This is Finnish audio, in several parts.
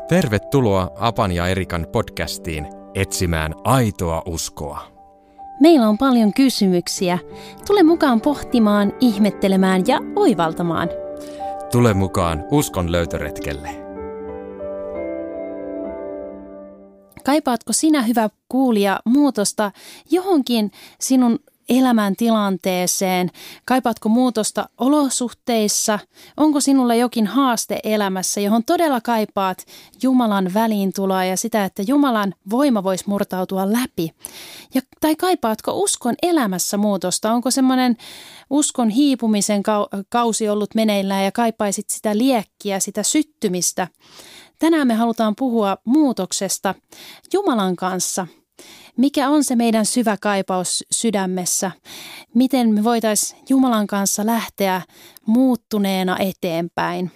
Tervetuloa Apan ja Erikan podcastiin etsimään aitoa uskoa. Meillä on paljon kysymyksiä. Tule mukaan pohtimaan, ihmettelemään ja oivaltamaan. Tule mukaan uskon löytöretkelle. Kaipaatko sinä, hyvä kuulija, muutosta johonkin sinun elämäntilanteeseen? Kaipaatko muutosta olosuhteissa? Onko sinulla jokin haaste elämässä, johon todella kaipaat Jumalan väliintuloa ja sitä, että Jumalan voima voisi murtautua läpi? Tai kaipaatko uskon elämässä muutosta? Onko semmoinen uskon hiipumisen kausi ollut meneillään ja kaipaisit sitä liekkiä, sitä syttymistä? Tänään me halutaan puhua muutoksesta Jumalan kanssa. Mikä on se meidän syvä kaipaus sydämessä? Miten me voitaisiin Jumalan kanssa lähteä muuttuneena eteenpäin?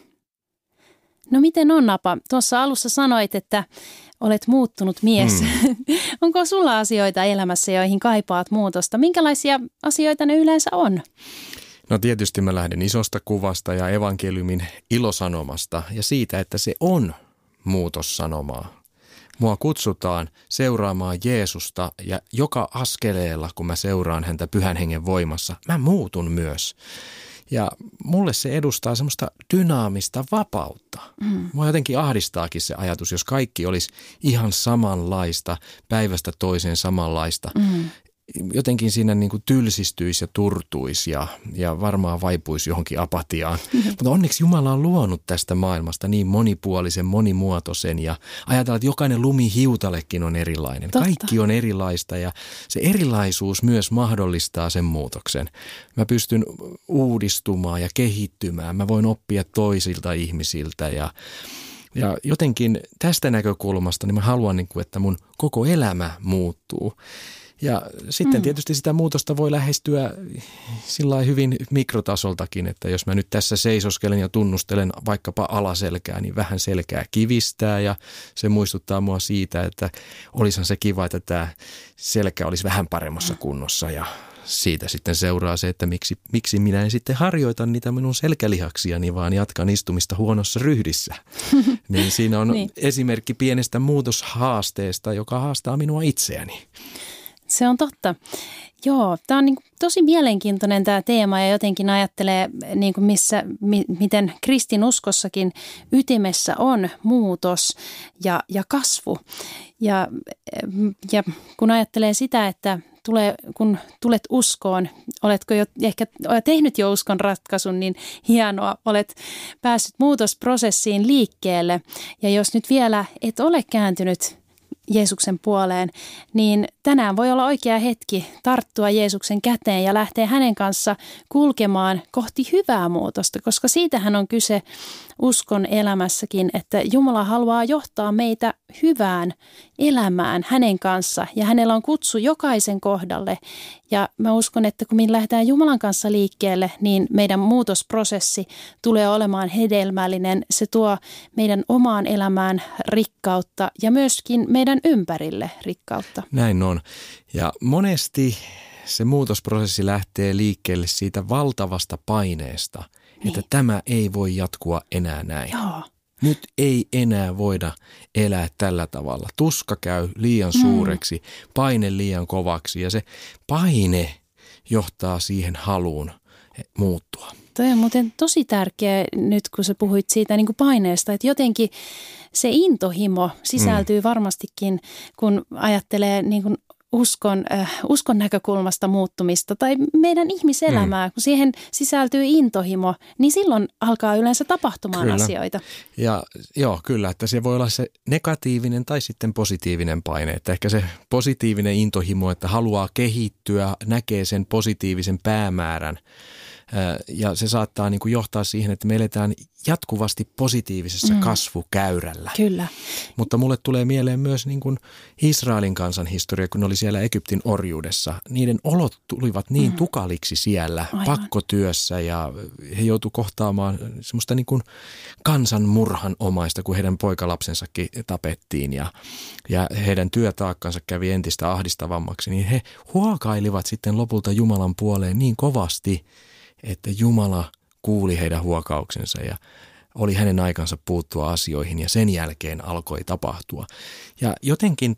No miten on, Apa? Tuossa alussa sanoit, että olet muuttunut mies. Onko sulla asioita elämässä, joihin kaipaat muutosta? Minkälaisia asioita ne yleensä on? No tietysti mä lähden isosta kuvasta ja evankeliumin ilosanomasta ja siitä, että se on muutossanomaa. Mua kutsutaan seuraamaan Jeesusta ja joka askeleella, kun mä seuraan häntä Pyhän Hengen voimassa, mä muutun myös. Ja mulle se edustaa semmoista dynaamista vapautta. Mua jotenkin ahdistaakin se ajatus, jos kaikki olisi ihan samanlaista, päivästä toiseen samanlaista. Jotenkin siinä niin kuin tylsistyisi ja turtuisi ja varmaan vaipuisi johonkin apatiaan. Mutta onneksi Jumala on luonut tästä maailmasta niin monipuolisen, monimuotoisen ja ajatellaan, että jokainen lumihiutalekin on erilainen. Totta. Kaikki on erilaista ja se erilaisuus myös mahdollistaa sen muutoksen. Mä pystyn uudistumaan ja kehittymään. Mä voin oppia toisilta ihmisiltä ja jotenkin tästä näkökulmasta niin mä haluan, että mun koko elämä muuttuu. Ja sitten tietysti sitä muutosta voi lähestyä sillain hyvin mikrotasoltakin, että jos mä nyt tässä seisoskelen ja tunnustelen vaikkapa alaselkää, niin vähän selkää kivistää ja se muistuttaa mua siitä, että olisihan se kiva, että tämä selkä olisi vähän paremmassa kunnossa ja siitä sitten seuraa se, että miksi minä en sitten harjoita niitä minun selkälihaksiani, vaan jatkan istumista huonossa ryhdissä. Niin siinä on esimerkki pienestä muutoshaasteesta, joka haastaa minua itseäni. Se on totta. Joo, tämä on tosi mielenkiintoinen tämä teema ja jotenkin ajattelee, miten kristinuskossakin ytimessä on muutos ja kasvu. Ja kun ajattelee sitä, että kun tulet uskoon, oletko jo ehkä tehnyt jo uskon ratkaisun, niin hienoa, olet päässyt muutosprosessiin liikkeelle. Ja jos nyt vielä et ole kääntynyt Jeesuksen puoleen, niin tänään voi olla oikea hetki tarttua Jeesuksen käteen ja lähteä hänen kanssa kulkemaan kohti hyvää muutosta, koska siitähän on kyse uskon elämässäkin, että Jumala haluaa johtaa meitä hyvään elämään hänen kanssa ja hänellä on kutsu jokaisen kohdalle. Ja mä uskon, että kun me lähdetään Jumalan kanssa liikkeelle, niin meidän muutosprosessi tulee olemaan hedelmällinen. Se tuo meidän omaan elämään rikkautta ja myöskin meidän ympärille rikkautta. Näin on. Ja monesti se muutosprosessi lähtee liikkeelle siitä valtavasta paineesta, että tämä ei voi jatkua enää näin. Joo. Nyt ei enää voida elää tällä tavalla. Tuska käy liian suureksi, paine liian kovaksi ja se paine johtaa siihen haluun muuttua. Toi on muuten tosi tärkeä nyt, kun sä puhuit siitä niin kuin paineesta, että jotenkin se intohimo sisältyy varmastikin, kun ajattelee niin kuin uskon näkökulmasta muuttumista tai meidän ihmiselämää, kun siihen sisältyy intohimo, niin silloin alkaa yleensä tapahtumaan asioita. Ja joo, kyllä, että se voi olla se negatiivinen tai sitten positiivinen paine, että ehkä se positiivinen intohimo, että haluaa kehittyä, näkee sen positiivisen päämäärän ja se saattaa niin kuin johtaa siihen, että me eletään jatkuvasti positiivisessa kasvukäyrällä. Kyllä. Mutta mulle tulee mieleen myös niin kuin Israelin kansan historia, kun ne oli siellä Egyptin orjuudessa. Niiden olot tulivat niin tukaliksi siellä pakkotyössä ja he joutuivat kohtaamaan semmoista niin kuin kansanmurhanomaista, kun heidän poikalapsensakin tapettiin ja heidän työtaakkansa kävi entistä ahdistavammaksi. Niin he huokailivat sitten lopulta Jumalan puoleen niin kovasti, että Jumala kuuli heidän huokauksensa ja oli hänen aikansa puuttua asioihin ja sen jälkeen alkoi tapahtua. Ja jotenkin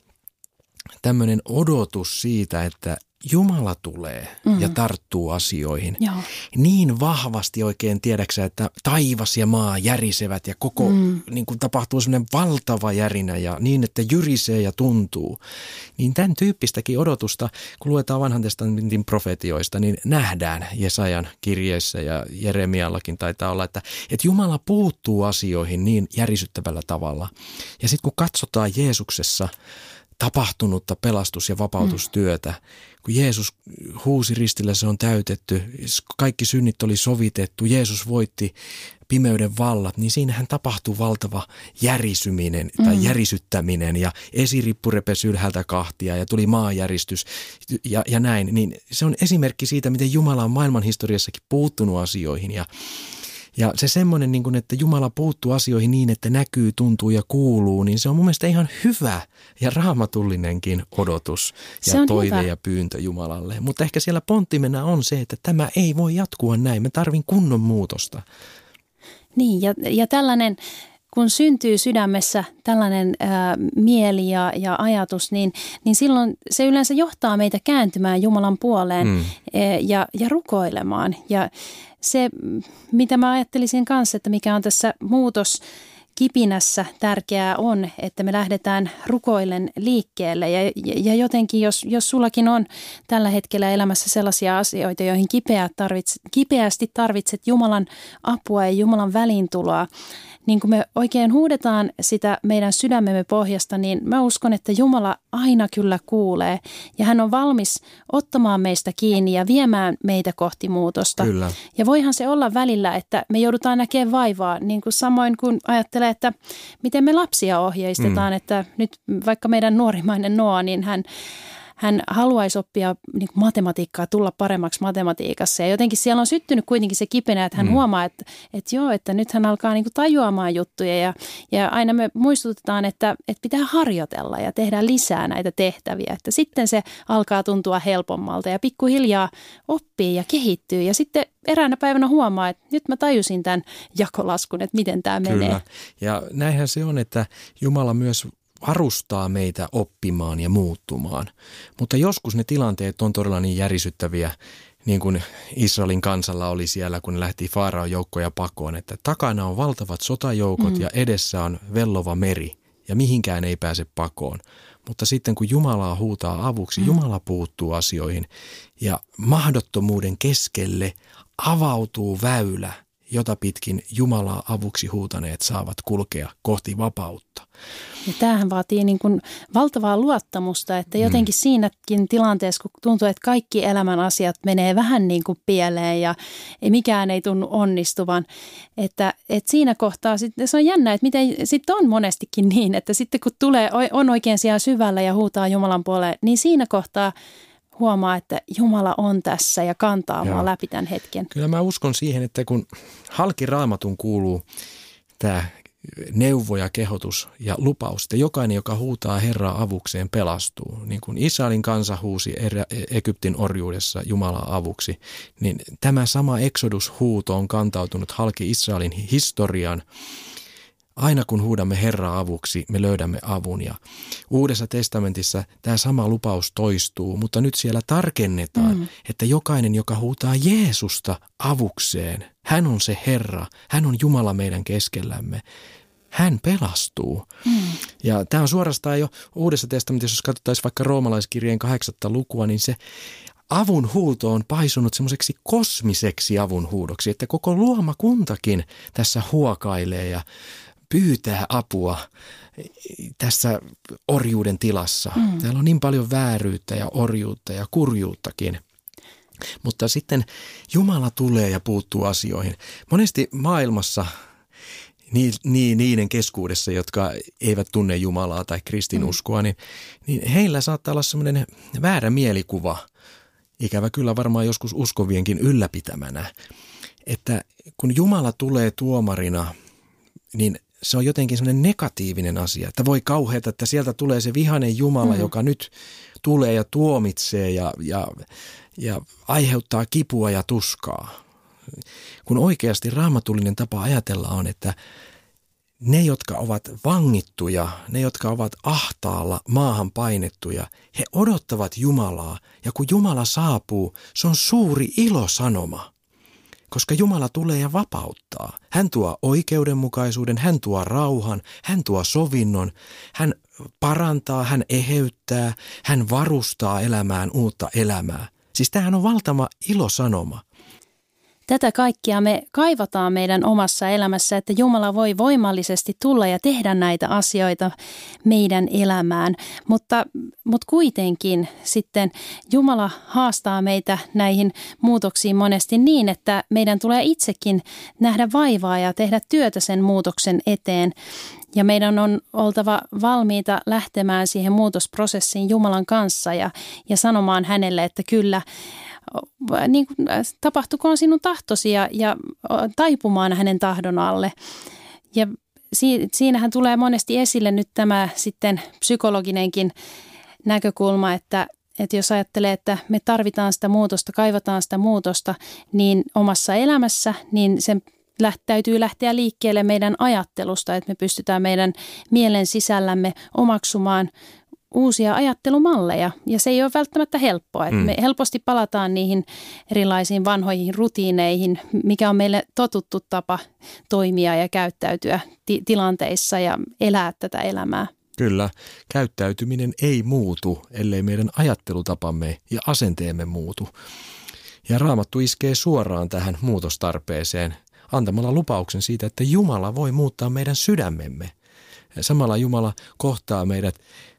tämmöinen odotus siitä, että Jumala tulee ja tarttuu asioihin. Joo. Niin vahvasti oikein tiedäksä, että taivas ja maa järisevät ja koko niin kuin tapahtuu semmoinen valtava järinä ja niin, että jyrisee ja tuntuu. Niin tämän tyyppistäkin odotusta, kun luetaan vanhan testamentin profetioista, niin nähdään Jesajan kirjeissä ja Jeremiallakin taitaa olla, että Jumala puuttuu asioihin niin järisyttävällä tavalla. Ja sitten kun katsotaan Jeesuksessa tapahtunutta pelastus- ja vapautustyötä. Kun Jeesus huusi ristillä, se on täytetty, kaikki synnit oli sovitettu, Jeesus voitti pimeyden vallat, niin siinähän tapahtui valtava järisyminen tai järisyttäminen ja esirippu repesi ylhäältä kahtia ja tuli maanjäristys ja näin. Niin se on esimerkki siitä, miten Jumala on maailmanhistoriassakin puuttunut asioihin ja se semmoinen, niin kuin, että Jumala puuttuu asioihin niin, että näkyy, tuntuu ja kuuluu, niin se on mun mielestä ihan hyvä ja raamatullinenkin odotus ja toive ja pyyntö Jumalalle. Mutta ehkä siellä ponttimena on se, että tämä ei voi jatkua näin. Me tarvin kunnon muutosta. Niin ja tällainen, kun syntyy sydämessä tällainen mieli ja ajatus, niin silloin se yleensä johtaa meitä kääntymään Jumalan puoleen ja rukoilemaan. Ja se, mitä mä ajattelisin kanssa, että mikä on tässä muutoskipinässä tärkeää on, että me lähdetään rukoillen liikkeelle. Ja jotenkin, jos sullakin on tällä hetkellä elämässä sellaisia asioita, joihin kipeästi tarvitset Jumalan apua ja Jumalan väliintuloa, niin kun me oikein huudetaan sitä meidän sydämemme pohjasta, niin mä uskon, että Jumala aina kyllä kuulee. Ja hän on valmis ottamaan meistä kiinni ja viemään meitä kohti muutosta. Kyllä. Ja voihan se olla välillä, että me joudutaan näkemään vaivaa, niin kuin samoin kuin ajattelee, että miten me lapsia ohjeistetaan. Että nyt vaikka meidän nuorimainen Noa, niin hän haluaisi oppia niin kuin matematiikkaa, tulla paremmaksi matematiikassa. Ja jotenkin siellä on syttynyt kuitenkin se kipenä, että hän huomaa, että nyt hän alkaa niin kuin tajuamaan juttuja. Ja aina me muistutetaan, että pitää harjoitella ja tehdä lisää näitä tehtäviä. Että sitten se alkaa tuntua helpommalta ja pikkuhiljaa oppii ja kehittyy. Ja sitten eräänä päivänä huomaa, että nyt mä tajusin tämän jakolaskun, että miten tämä menee. Kyllä. Ja näinhän se on, että Jumala myös varustaa meitä oppimaan ja muuttumaan. Mutta joskus ne tilanteet on todella niin järisyttäviä, niin kuin Israelin kansalla oli siellä, kun ne lähti Faaraon joukkoja pakoon, että takana on valtavat sotajoukot ja edessä on vellova meri ja mihinkään ei pääse pakoon. Mutta sitten kun Jumalaa huutaa avuksi, Jumala puuttuu asioihin ja mahdottomuuden keskelle avautuu väylä, jota pitkin Jumalaa avuksi huutaneet saavat kulkea kohti vapautta. Ja tämähän vaatii niin kuin valtavaa luottamusta, että jotenkin siinäkin tilanteessa, kun tuntuu, että kaikki elämän asiat menee vähän niin kuin pieleen ja mikään ei tunnu onnistuvan, että siinä kohtaa sitten se on jännä, että miten sitten on monestikin niin, että sitten kun on oikein siellä syvällä ja huutaa Jumalan puoleen, niin siinä kohtaa huomaa, että Jumala on tässä ja kantaa mua läpi tämän hetken. Kyllä mä uskon siihen, että kun halki Raamatun kuuluu tämä neuvo ja kehotus ja lupaus, että jokainen, joka huutaa Herraa avukseen, pelastuu. Niin kuin Israelin kansa huusi Egyptin orjuudessa Jumalaa avuksi, niin tämä sama Exodus-huuto on kantautunut halki Israelin historian. Aina kun huudamme Herraa avuksi, me löydämme avun ja Uudessa testamentissa tämä sama lupaus toistuu, mutta nyt siellä tarkennetaan, että jokainen, joka huutaa Jeesusta avukseen, hän on se Herra, hän on Jumala meidän keskellämme. Hän pelastuu. Ja tämä on suorastaan jo Uudessa testamentissa, jos katsottaisiin vaikka roomalaiskirjeen 8. lukua, niin se avun huuto on paisunut semmoiseksi kosmiseksi avun huudoksi, että koko luomakuntakin tässä huokailee ja pyytää apua tässä orjuuden tilassa. Täällä on niin paljon vääryyttä ja orjuutta ja kurjuuttakin. Mutta sitten Jumala tulee ja puuttuu asioihin. Monesti maailmassa niiden keskuudessa, jotka eivät tunne Jumalaa tai kristinuskoa, niin heillä saattaa olla semmoinen väärä mielikuva, ikävä kyllä varmaan joskus uskovienkin ylläpitämänä, että kun Jumala tulee tuomarina, niin se on jotenkin semmoinen negatiivinen asia, että voi kauheata, että sieltä tulee se vihainen Jumala, joka nyt tulee ja tuomitsee ja aiheuttaa kipua ja tuskaa. Kun oikeasti raamatullinen tapa ajatella on, että ne, jotka ovat vangittuja, ne, jotka ovat ahtaalla, maahan painettuja, he odottavat Jumalaa. Ja kun Jumala saapuu, se on suuri ilosanoma, koska Jumala tulee ja vapauttaa. Hän tuo oikeudenmukaisuuden, hän tuo rauhan, hän tuo sovinnon, hän parantaa, hän eheyttää, hän varustaa elämään uutta elämää. Siis tämähän on valtava ilosanoma. Tätä kaikkia me kaivataan meidän omassa elämässä, että Jumala voi voimallisesti tulla ja tehdä näitä asioita meidän elämään. Mutta kuitenkin sitten Jumala haastaa meitä näihin muutoksiin monesti niin, että meidän tulee itsekin nähdä vaivaa ja tehdä työtä sen muutoksen eteen. Ja meidän on oltava valmiita lähtemään siihen muutosprosessiin Jumalan kanssa ja sanomaan hänelle, että kyllä, niin kuin, tapahtukoon sinun tahtosi ja taipumaan hänen tahdon alle. Ja siinähän tulee monesti esille nyt tämä sitten psykologinenkin näkökulma, että jos ajattelee, että me tarvitaan sitä muutosta, kaivataan sitä muutosta, niin omassa elämässä, niin sen täytyy lähteä liikkeelle meidän ajattelusta, että me pystytään meidän mielen sisällämme omaksumaan uusia ajattelumalleja. Ja se ei ole välttämättä helppoa. Että me helposti palataan niihin erilaisiin vanhoihin rutiineihin, mikä on meille totuttu tapa toimia ja käyttäytyä tilanteissa ja elää tätä elämää. Kyllä, käyttäytyminen ei muutu, ellei meidän ajattelutapamme ja asenteemme muutu. Ja Raamattu iskee suoraan tähän muutostarpeeseen antamalla lupauksen siitä, että Jumala voi muuttaa meidän sydämemme. Samalla Jumala kohtaa meidät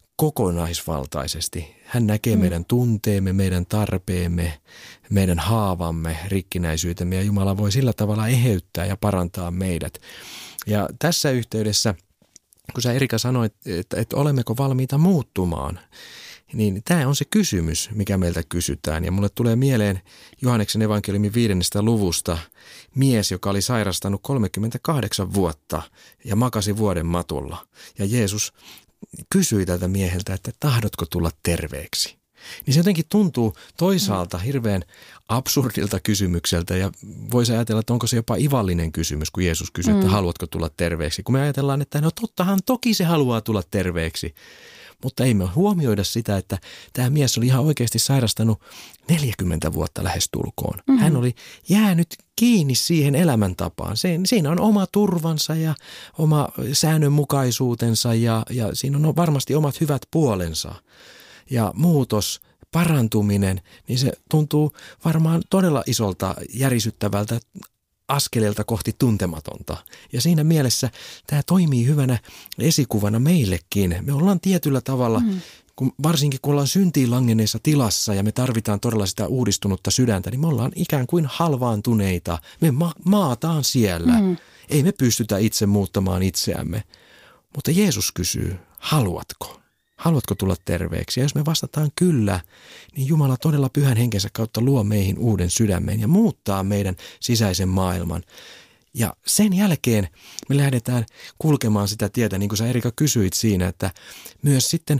kokonaisvaltaisesti. Hän näkee meidän tunteemme, meidän tarpeemme, meidän haavamme, rikkinäisyytemme ja Jumala voi sillä tavalla eheyttää ja parantaa meidät. Ja tässä yhteydessä, kun sä Erika sanoit, että olemmeko valmiita muuttumaan, niin tämä on se kysymys, mikä meiltä kysytään. Ja mulle tulee mieleen Johanneksen evankeliumin 5. luvusta mies, joka oli sairastanut 38 vuotta ja makasi vuoden matulla. Ja Jeesus kysyi tältä mieheltä, että tahdotko tulla terveeksi? Niin se jotenkin tuntuu toisaalta hirveän absurdilta kysymykseltä ja voisi ajatella, että onko se jopa ivallinen kysymys, kun Jeesus kysyy, että haluatko tulla terveeksi. Kun me ajatellaan, että no tottahan toki se haluaa tulla terveeksi. Mutta ei me huomioida sitä, että tämä mies oli ihan oikeasti sairastanut 40 vuotta lähestulkoon. Hän oli jäänyt kiinni siihen elämäntapaan. Siinä on oma turvansa ja oma säännönmukaisuutensa ja siinä on varmasti omat hyvät puolensa. Ja muutos, parantuminen, niin se tuntuu varmaan todella isolta järisyttävältä askeleelta kohti tuntematonta. Ja siinä mielessä tämä toimii hyvänä esikuvana meillekin. Me ollaan tietyllä tavalla, varsinkin kun ollaan syntiin langenneessa tilassa ja me tarvitaan todella sitä uudistunutta sydäntä, niin me ollaan ikään kuin halvaantuneita. Me maataan siellä. Ei me pystytä itse muuttamaan itseämme. Mutta Jeesus kysyy, haluatko? Haluatko tulla terveeksi? Ja jos me vastataan kyllä, niin Jumala todella Pyhän Henkensä kautta luo meihin uuden sydämen ja muuttaa meidän sisäisen maailman. Ja sen jälkeen me lähdetään kulkemaan sitä tietä, niin kuin sä Erika kysyit siinä, että myös sitten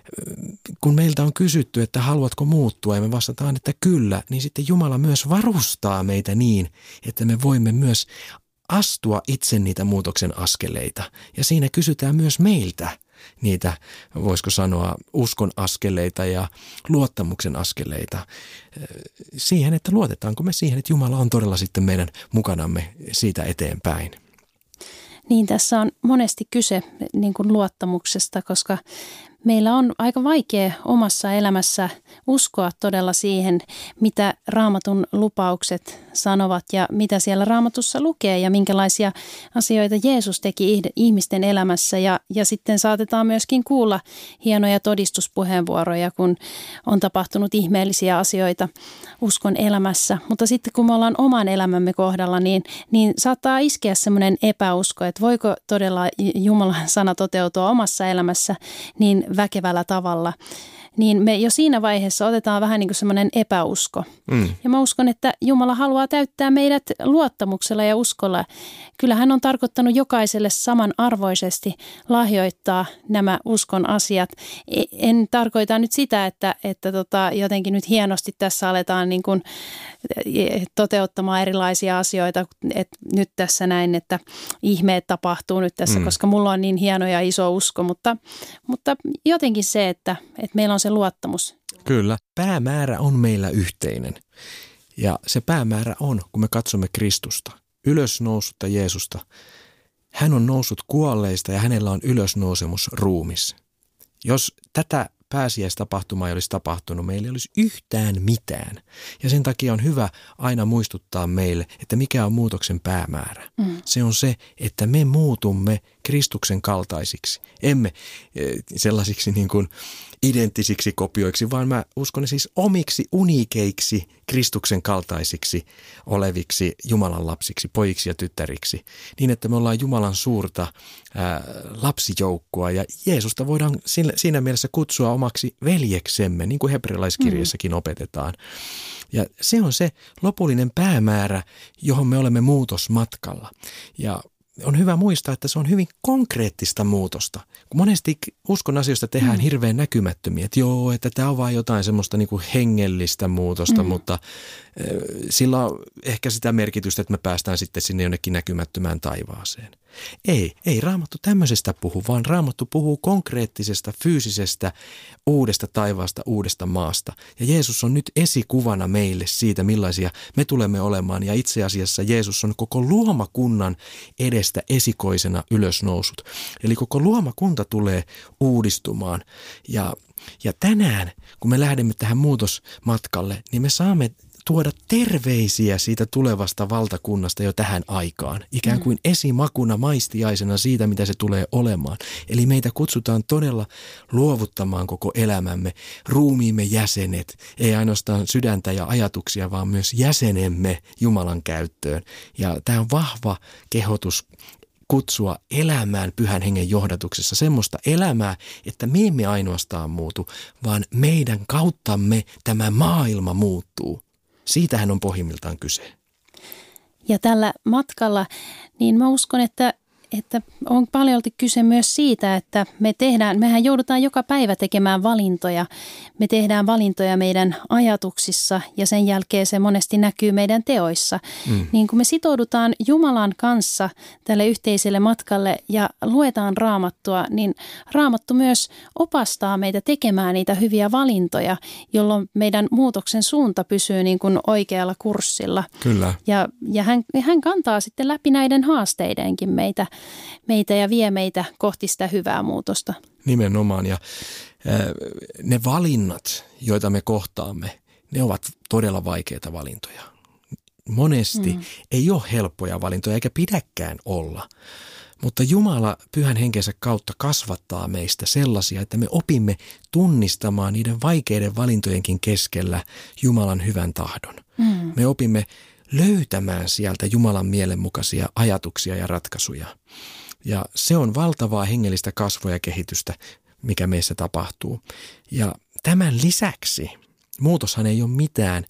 kun meiltä on kysytty, että haluatko muuttua ja me vastataan, että kyllä, niin sitten Jumala myös varustaa meitä niin, että me voimme myös astua itse niitä muutoksen askeleita. Ja siinä kysytään myös meiltä niitä, voisiko sanoa, uskon askeleita ja luottamuksen askeleita siihen, että luotetaanko me siihen, että Jumala on todella sitten meidän mukanamme siitä eteenpäin. Niin, tässä on monesti kyse niin kuin luottamuksesta, koska meillä on aika vaikea omassa elämässä uskoa todella siihen, mitä Raamatun lupaukset sanovat ja mitä siellä Raamatussa lukee ja minkälaisia asioita Jeesus teki ihmisten elämässä. Ja sitten saatetaan myöskin kuulla hienoja todistuspuheenvuoroja, kun on tapahtunut ihmeellisiä asioita uskon elämässä. Mutta sitten kun me ollaan oman elämämme kohdalla, niin saattaa iskeä semmoinen epäusko, että voiko todella Jumalan sana toteutua omassa elämässä niin väkevällä tavalla, niin me jo siinä vaiheessa otetaan vähän niin kuin semmoinen epäusko. Ja mä uskon, että Jumala haluaa täyttää meidät luottamuksella ja uskolla. Kyllä hän on tarkoittanut jokaiselle samanarvoisesti lahjoittaa nämä uskon asiat. En tarkoita nyt sitä, että jotenkin nyt hienosti tässä aletaan niin kuin toteuttamaan erilaisia asioita, että nyt tässä näin, että ihmeet tapahtuu nyt tässä, koska mulla on niin hieno ja iso usko, mutta jotenkin se, että meillä on se luottamus. Kyllä, päämäärä on meillä yhteinen ja se päämäärä on, kun me katsomme Kristusta, ylösnousutta Jeesusta. Hän on noussut kuolleista ja hänellä on ylösnousemus ruumis. Jos tätä pääsiäistapahtumaa ei olisi tapahtunut, meillä ei olisi yhtään mitään. Ja sen takia on hyvä aina muistuttaa meille, että mikä on muutoksen päämäärä. Se on se, että me muutumme Kristuksen kaltaisiksi. Emme sellaisiksi niin kuin identtisiksi kopioiksi, vaan mä uskon siis omiksi uniikeiksi Kristuksen kaltaisiksi oleviksi Jumalan lapsiksi, pojiksi ja tyttäriksi. Niin, että me ollaan Jumalan suurta lapsijoukkoa ja Jeesusta voidaan siinä mielessä kutsua omaksi veljeksemme, niin kuin hebrealaiskirjassakin opetetaan. Ja se on se lopullinen päämäärä, johon me olemme muutosmatkalla. Ja on hyvä muistaa, että se on hyvin konkreettista muutosta. Monesti uskon asioista tehdään hirveän näkymättömiä, että joo, että tämä on vain jotain semmoista niin kuin hengellistä muutosta, mutta sillä on ehkä sitä merkitystä, että me päästään sitten sinne jonnekin näkymättömään taivaaseen. Ei Raamattu tämmöisestä puhu, vaan Raamattu puhuu konkreettisesta, fyysisestä, uudesta taivaasta, uudesta maasta. Ja Jeesus on nyt esikuvana meille siitä, millaisia me tulemme olemaan. Ja itse asiassa Jeesus on koko luomakunnan edestä esikoisena ylösnousut. Eli koko luomakunta tulee uudistumaan. Ja tänään, kun me lähdemme tähän muutosmatkalle, niin me saamme tuoda terveisiä siitä tulevasta valtakunnasta jo tähän aikaan. Ikään kuin esimakuna, maistiaisena siitä, mitä se tulee olemaan. Eli meitä kutsutaan todella luovuttamaan koko elämämme, ruumiimme jäsenet, ei ainoastaan sydäntä ja ajatuksia, vaan myös jäsenemme Jumalan käyttöön. Ja tämä on vahva kehotus kutsua elämään Pyhän Hengen johdatuksessa semmoista elämää, että me emme ainoastaan muutu, vaan meidän kauttamme tämä maailma muuttuu. Siitähän on pohjimmiltaan kyse. Ja tällä matkalla, niin mä uskon, että on paljolti kyse myös siitä, että mehän joudutaan joka päivä tekemään valintoja. Me tehdään valintoja meidän ajatuksissa ja sen jälkeen se monesti näkyy meidän teoissa. Niin kun me sitoudutaan Jumalan kanssa tälle yhteiselle matkalle ja luetaan Raamattua, niin Raamattu myös opastaa meitä tekemään niitä hyviä valintoja, jolloin meidän muutoksen suunta pysyy niin kuin oikealla kurssilla. Kyllä. Ja hän kantaa sitten läpi näiden haasteidenkin meitä ja vie meitä kohti sitä hyvää muutosta. Nimenomaan, ja ne valinnat, joita me kohtaamme, ne ovat todella vaikeita valintoja. Monesti ei ole helppoja valintoja eikä pidäkään olla, mutta Jumala Pyhän Henkensä kautta kasvattaa meistä sellaisia, että me opimme tunnistamaan niiden vaikeiden valintojenkin keskellä Jumalan hyvän tahdon. Me opimme löytämään sieltä Jumalan mielenmukaisia ajatuksia ja ratkaisuja. Ja se on valtavaa hengellistä kasvua ja kehitystä, mikä meissä tapahtuu. Ja tämän lisäksi muutoshan ei ole mitään,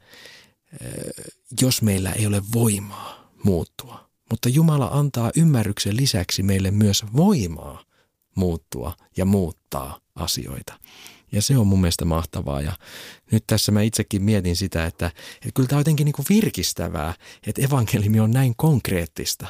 jos meillä ei ole voimaa muuttua. Mutta Jumala antaa ymmärryksen lisäksi meille myös voimaa muuttua ja muuttaa asioita. Ja se on mun mielestä mahtavaa. Ja nyt tässä mä itsekin mietin sitä, että kyllä tämä on jotenkin niin kuin virkistävää, että evankeliumi on näin konkreettista.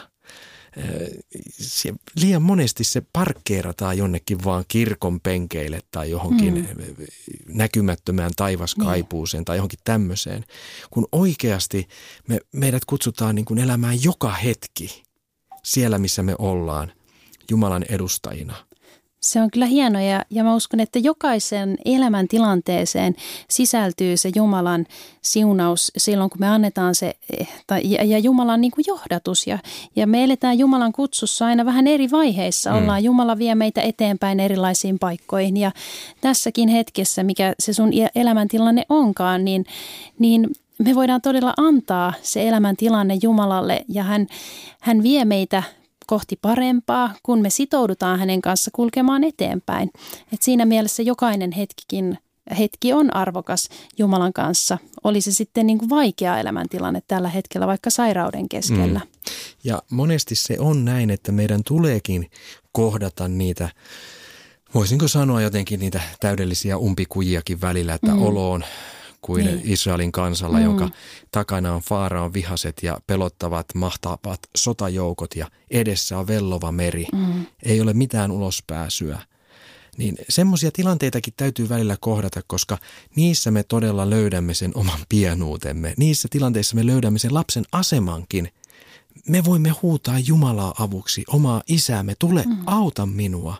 Liian monesti se parkkeerataan jonnekin vaan kirkon penkeille tai johonkin näkymättömään taivaskaipuuseen tai johonkin tämmöiseen. Kun oikeasti meidät kutsutaan niin kuin elämään joka hetki siellä, missä me ollaan Jumalan edustajina. Se on kyllä hieno ja mä uskon, että jokaisen elämäntilanteeseen sisältyy se Jumalan siunaus silloin, kun me annetaan se ja Jumalan niin kuin johdatus. Ja me eletään Jumalan kutsussa aina vähän eri vaiheissa. Jumala vie meitä eteenpäin erilaisiin paikkoihin ja tässäkin hetkessä, mikä se sun elämäntilanne onkaan, niin me voidaan todella antaa se elämäntilanne Jumalalle ja hän vie meitä kohti parempaa, kun me sitoudutaan hänen kanssa kulkemaan eteenpäin. Et siinä mielessä jokainen hetki on arvokas Jumalan kanssa. Oli se sitten niin kuin vaikea elämäntilanne tällä hetkellä, vaikka sairauden keskellä. Ja monesti se on näin, että meidän tuleekin kohdata niitä, voisinko sanoa jotenkin niitä täydellisiä umpikujiakin välillä, että olo on kuin Israelin kansalla, jonka takana on Faaraon vihaset ja pelottavat, mahtavat sotajoukot ja edessä on vellova meri. Ei ole mitään ulospääsyä. Niin semmoisia tilanteitakin täytyy välillä kohdata, koska niissä me todella löydämme sen oman pienuutemme. Niissä tilanteissa me löydämme sen lapsen asemankin. Me voimme huutaa Jumalaa avuksi, omaa isäämme, tule auta minua.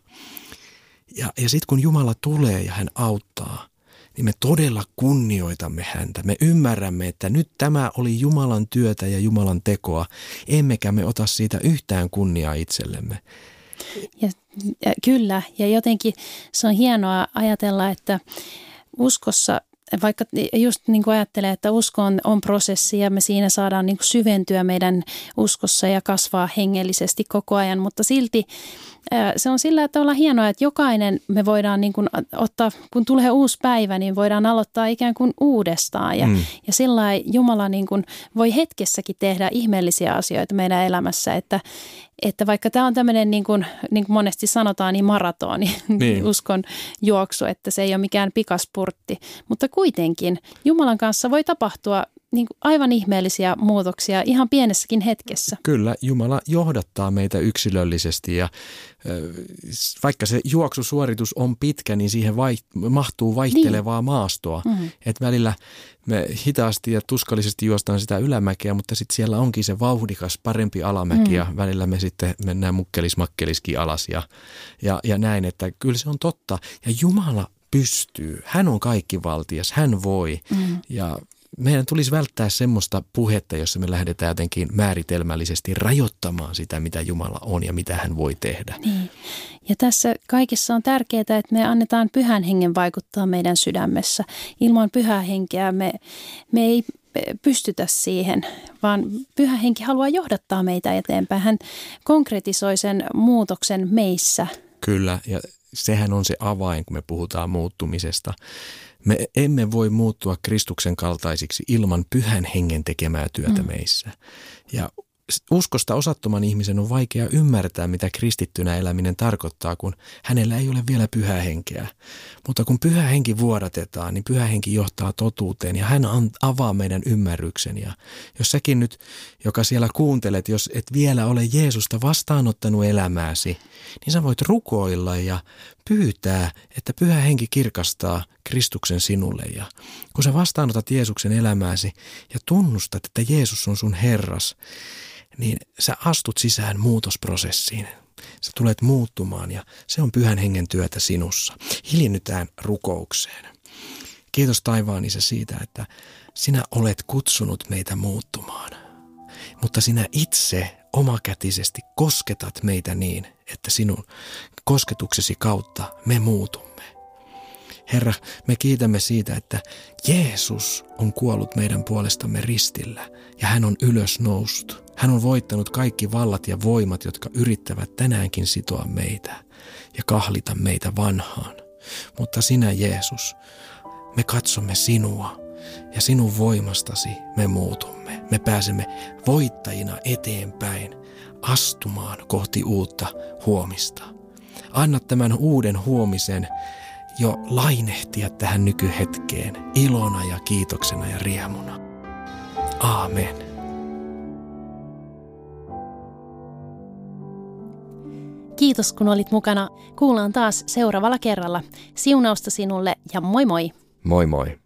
Ja sitten kun Jumala tulee ja hän auttaa, niin me todella kunnioitamme häntä. Me ymmärrämme, että nyt tämä oli Jumalan työtä ja Jumalan tekoa, emmekä me ota siitä yhtään kunniaa itsellemme. Ja kyllä, ja jotenkin se on hienoa ajatella, että uskossa, vaikka just niin kuin ajattelee, että usko on prosessi ja me siinä saadaan niin kuin syventyä meidän uskossa ja kasvaa hengellisesti koko ajan, mutta silti se on sillä tavalla hienoa, että jokainen me voidaan niin kuin ottaa, kun tulee uusi päivä, niin voidaan aloittaa ikään kuin uudestaan. Ja sillä lailla Jumala niin kuin voi hetkessäkin tehdä ihmeellisiä asioita meidän elämässä, että vaikka tämä on tämmöinen, niin kuin monesti sanotaan, niin maratoni, uskon juoksu, että se ei ole mikään pikaspurtti, mutta kuitenkin Jumalan kanssa voi tapahtua niin kuin aivan ihmeellisiä muutoksia ihan pienessäkin hetkessä. Kyllä, Jumala johdattaa meitä yksilöllisesti ja vaikka se juoksusuoritus on pitkä, niin siihen mahtuu vaihtelevaa maastoa. Että välillä me hitaasti ja tuskallisesti juostaan sitä ylämäkeä, mutta sitten siellä onkin se vauhdikas, parempi alamäki ja välillä me sitten mennään mukkelismakkeliskin alas ja näin, että kyllä se on totta. Ja Jumala pystyy, hän on kaikkivaltias, hän voi ja meidän tulisi välttää semmoista puhetta, jossa me lähdetään jotenkin määritelmällisesti rajoittamaan sitä, mitä Jumala on ja mitä hän voi tehdä. Niin. Ja tässä kaikessa on tärkeää, että me annetaan Pyhän Hengen vaikuttaa meidän sydämessä. Ilman Pyhää Henkeä me ei pystytä siihen, vaan Pyhä Henki haluaa johdattaa meitä eteenpäin. Hän konkretisoi sen muutoksen meissä. Kyllä, ja sehän on se avain, kun me puhutaan muuttumisesta. Me emme voi muuttua Kristuksen kaltaisiksi ilman Pyhän Hengen tekemää työtä meissä. Ja uskosta osattoman ihmisen on vaikea ymmärtää, mitä kristittynä eläminen tarkoittaa, kun hänellä ei ole vielä Pyhää Henkeä. Mutta kun Pyhä Henki vuodatetaan, niin Pyhä Henki johtaa totuuteen ja hän avaa meidän ymmärryksen. Ja jos säkin nyt, joka siellä kuuntelet, jos et vielä ole Jeesusta vastaanottanut elämääsi, niin sä voit rukoilla ja pyytää, että Pyhä Henki kirkastaa Kristuksen sinulle. Ja kun sä vastaanotat Jeesuksen elämääsi ja tunnustat, että Jeesus on sun Herras, niin sä astut sisään muutosprosessiin. Sä tulet muuttumaan ja se on Pyhän Hengen työtä sinussa. Hiljennytään rukoukseen. Kiitos taivaan Isä siitä, että sinä olet kutsunut meitä muuttumaan. Mutta sinä itse omakätisesti kosketat meitä niin, että sinun kosketuksesi kautta me muutumme. Herra, me kiitämme siitä, että Jeesus on kuollut meidän puolestamme ristillä ja hän on ylösnoussut. Hän on voittanut kaikki vallat ja voimat, jotka yrittävät tänäänkin sitoa meitä ja kahlita meitä vanhaan. Mutta sinä, Jeesus, me katsomme sinua ja sinun voimastasi me muutumme. Me pääsemme voittajina eteenpäin astumaan kohti uutta huomista. Anna tämän uuden huomisen jo lainehtia tähän nykyhetkeen ilona ja kiitoksena ja riemuna. Aamen. Kiitos kun olit mukana. Kuullaan taas seuraavalla kerralla. Siunausta sinulle ja moi moi! Moi moi!